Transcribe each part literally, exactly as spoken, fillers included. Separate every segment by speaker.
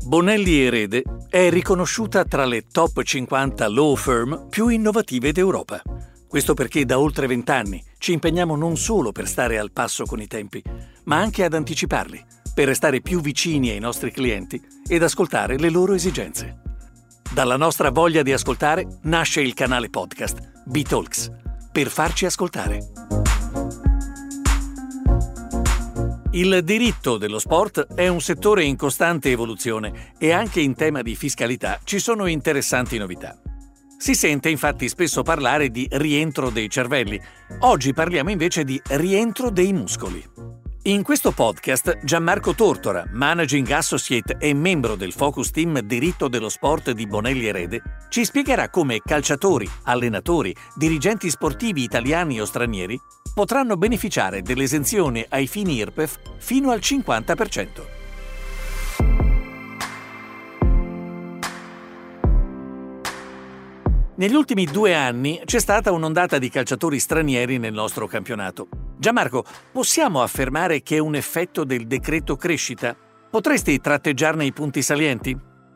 Speaker 1: Bonelli Erede è riconosciuta tra le top cinquanta law firm più innovative d'Europa. Questo perché da oltre vent'anni ci impegniamo non solo per stare al passo con i tempi, ma anche ad anticiparli, per restare più vicini ai nostri clienti ed ascoltare le loro esigenze. Dalla nostra voglia di ascoltare nasce il canale podcast B-Talks, per farci ascoltare. Il diritto dello sport è un settore in costante evoluzione e anche in tema di fiscalità ci sono interessanti novità. Si sente infatti spesso parlare di rientro dei cervelli. Oggi parliamo invece di rientro dei muscoli. In questo podcast Gianmarco Tortora, Managing Associate e membro del Focus Team Diritto dello Sport di Bonelli Erede, ci spiegherà come calciatori, allenatori, dirigenti sportivi italiani o stranieri potranno beneficiare dell'esenzione ai fini I R P E F fino al cinquanta per cento. Negli ultimi due anni c'è stata un'ondata di calciatori stranieri nel nostro campionato. Gianmarco, possiamo affermare che è un effetto del decreto crescita? Potresti tratteggiarne i punti salienti?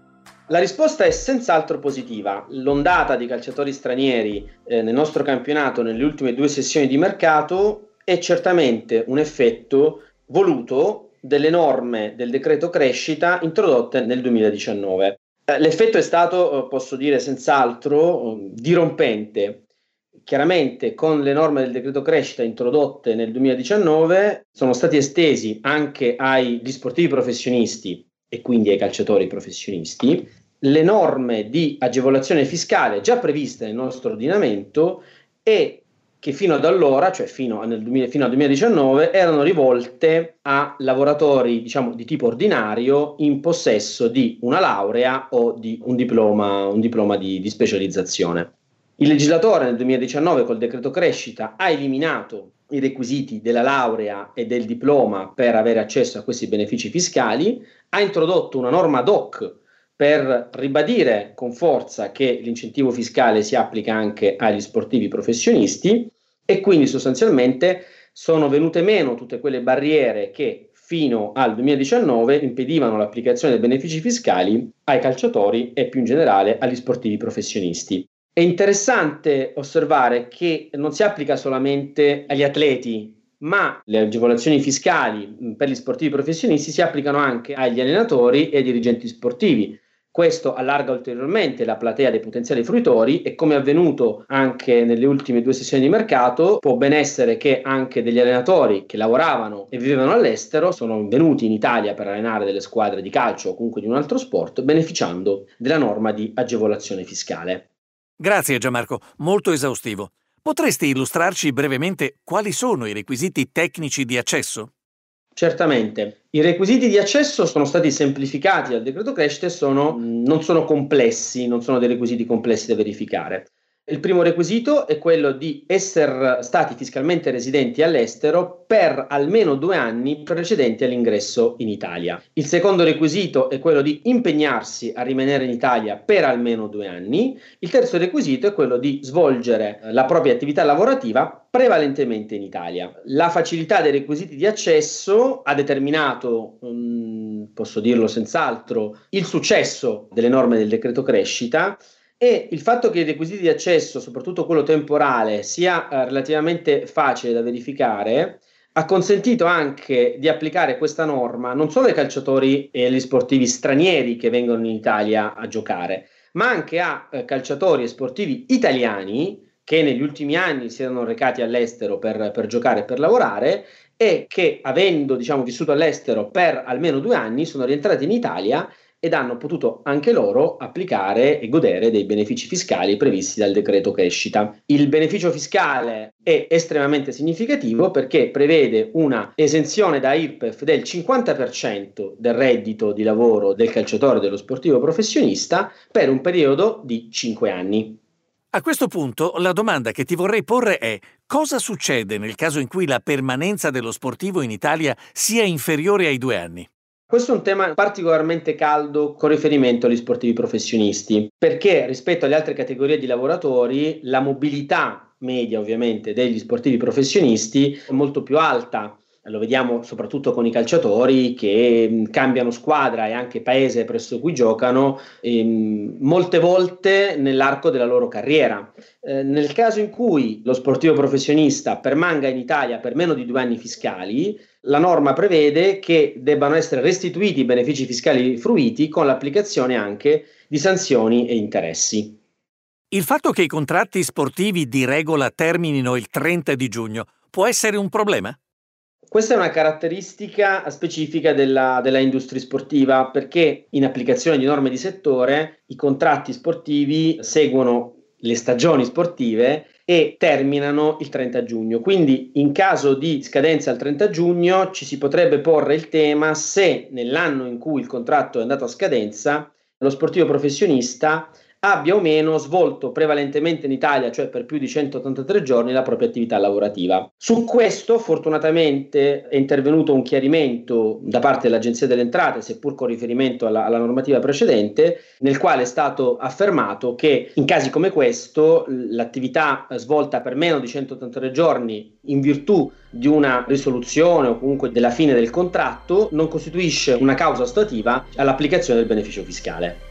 Speaker 2: La risposta è senz'altro positiva. L'ondata di calciatori stranieri eh, nel nostro campionato nelle ultime due sessioni di mercato è certamente un effetto voluto delle norme del decreto crescita introdotte nel duemiladiciannove. Eh, l'effetto è stato, eh, posso dire senz'altro, eh, dirompente. Chiaramente con le norme del decreto crescita introdotte nel duemiladiciannove sono stati estesi anche agli sportivi professionisti e quindi ai calciatori professionisti le norme di agevolazione fiscale già previste nel nostro ordinamento e che fino ad allora, cioè fino, nel duemila, fino al duemiladiciannove, erano rivolte a lavoratori, diciamo, di tipo ordinario in possesso di una laurea o di un diploma, un diploma di, di specializzazione. Il legislatore nel duemiladiciannove col decreto crescita ha eliminato i requisiti della laurea e del diploma per avere accesso a questi benefici fiscali, ha introdotto una norma ad hoc per ribadire con forza che l'incentivo fiscale si applica anche agli sportivi professionisti e quindi sostanzialmente sono venute meno tutte quelle barriere che fino al duemiladiciannove impedivano l'applicazione dei benefici fiscali ai calciatori e più in generale agli sportivi professionisti. È interessante osservare che non si applica solamente agli atleti, ma le agevolazioni fiscali per gli sportivi professionisti si applicano anche agli allenatori e ai dirigenti sportivi. Questo allarga ulteriormente la platea dei potenziali fruitori e, come è avvenuto anche nelle ultime due sessioni di mercato, può ben essere che anche degli allenatori che lavoravano e vivevano all'estero sono venuti in Italia per allenare delle squadre di calcio o comunque di un altro sport, beneficiando della norma di agevolazione fiscale.
Speaker 1: Grazie Gianmarco, molto esaustivo. Potresti illustrarci brevemente quali sono i requisiti tecnici di accesso?
Speaker 2: Certamente. I requisiti di accesso sono stati semplificati dal decreto crescita e sono, non sono complessi, non sono dei requisiti complessi da verificare. Il primo requisito è quello di essere stati fiscalmente residenti all'estero per almeno due anni precedenti all'ingresso in Italia. Il secondo requisito è quello di impegnarsi a rimanere in Italia per almeno due anni. Il terzo requisito è quello di svolgere la propria attività lavorativa prevalentemente in Italia. La facilità dei requisiti di accesso ha determinato, um, posso dirlo senz'altro, il successo delle norme del decreto crescita. E il fatto che i requisiti di accesso, soprattutto quello temporale, sia eh, relativamente facile da verificare, ha consentito anche di applicare questa norma non solo ai calciatori e agli sportivi stranieri che vengono in Italia a giocare, ma anche a eh, calciatori e sportivi italiani che negli ultimi anni si erano recati all'estero per, per giocare e per lavorare e che, avendo diciamo, vissuto all'estero per almeno due anni, sono rientrati in Italia ed hanno potuto anche loro applicare e godere dei benefici fiscali previsti dal decreto crescita. Il beneficio fiscale è estremamente significativo perché prevede una esenzione da I R P E F del cinquanta per cento del reddito di lavoro del calciatore e dello sportivo professionista per un periodo di cinque anni.
Speaker 1: A questo punto la domanda che ti vorrei porre è: cosa succede nel caso in cui la permanenza dello sportivo in Italia sia inferiore ai due anni?
Speaker 2: Questo è un tema particolarmente caldo con riferimento agli sportivi professionisti, perché rispetto alle altre categorie di lavoratori la mobilità media ovviamente degli sportivi professionisti è molto più alta lo vediamo soprattutto con i calciatori che mh, cambiano squadra e anche paese presso cui giocano ehm, molte volte nell'arco della loro carriera. Eh, nel caso in cui lo sportivo professionista permanga in Italia per meno di due anni fiscali, la norma prevede che debbano essere restituiti i benefici fiscali fruiti con l'applicazione anche di sanzioni e interessi.
Speaker 1: Il fatto che i contratti sportivi di regola terminino il trenta di giugno può essere un problema?
Speaker 2: Questa è una caratteristica specifica della, della industria sportiva, perché in applicazione di norme di settore i contratti sportivi seguono le stagioni sportive e terminano il trenta giugno. Quindi in caso di scadenza al trenta giugno ci si potrebbe porre il tema se nell'anno in cui il contratto è andato a scadenza lo sportivo professionista abbia o meno svolto prevalentemente in Italia, cioè per più di centottantatré giorni, la propria attività lavorativa. Su questo fortunatamente è intervenuto un chiarimento da parte dell'Agenzia delle Entrate, seppur con riferimento alla, alla normativa precedente, nel quale è stato affermato che in casi come questo l'attività svolta per meno di centottantatré giorni in virtù di una risoluzione o comunque della fine del contratto non costituisce una causa ostativa all'applicazione del beneficio fiscale.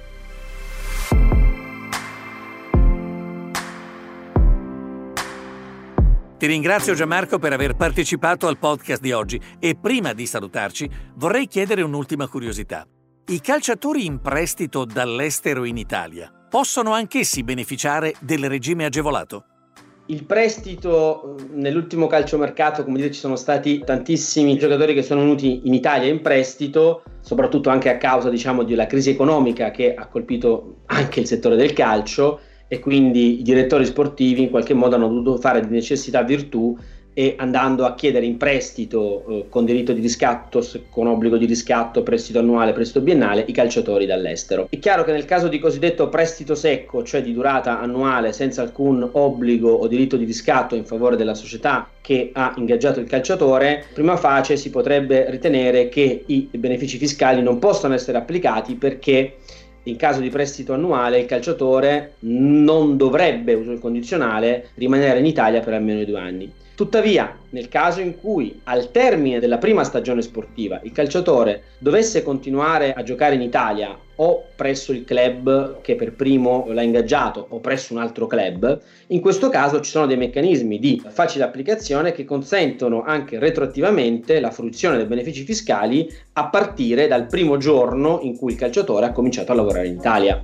Speaker 1: Ti ringrazio Gianmarco per aver partecipato al podcast di oggi e prima di salutarci vorrei chiedere un'ultima curiosità. I calciatori in prestito dall'estero in Italia possono anch'essi beneficiare del regime agevolato?
Speaker 2: Il prestito nell'ultimo calciomercato, come dire, ci sono stati tantissimi giocatori che sono venuti in Italia in prestito, soprattutto anche a causa, diciamo, della crisi economica che ha colpito anche il settore del calcio, e quindi i direttori sportivi in qualche modo hanno dovuto fare di necessità virtù e andando a chiedere in prestito eh, con diritto di riscatto, con obbligo di riscatto, prestito annuale, prestito biennale, i calciatori dall'estero. È chiaro che nel caso di cosiddetto prestito secco, cioè di durata annuale senza alcun obbligo o diritto di riscatto in favore della società che ha ingaggiato il calciatore, prima facie si potrebbe ritenere che i benefici fiscali non possono essere applicati perché in caso di prestito annuale il calciatore non dovrebbe, uso il condizionale, rimanere in Italia per almeno due anni. Tuttavia, nel caso in cui al termine della prima stagione sportiva il calciatore dovesse continuare a giocare in Italia o presso il club che per primo l'ha ingaggiato o presso un altro club, in questo caso ci sono dei meccanismi di facile applicazione che consentono anche retroattivamente la fruizione dei benefici fiscali a partire dal primo giorno in cui il calciatore ha cominciato a lavorare in Italia.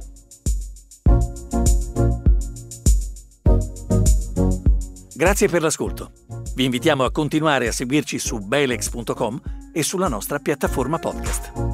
Speaker 1: Grazie per l'ascolto. Vi invitiamo a continuare a seguirci su bailex punto com e sulla nostra piattaforma podcast.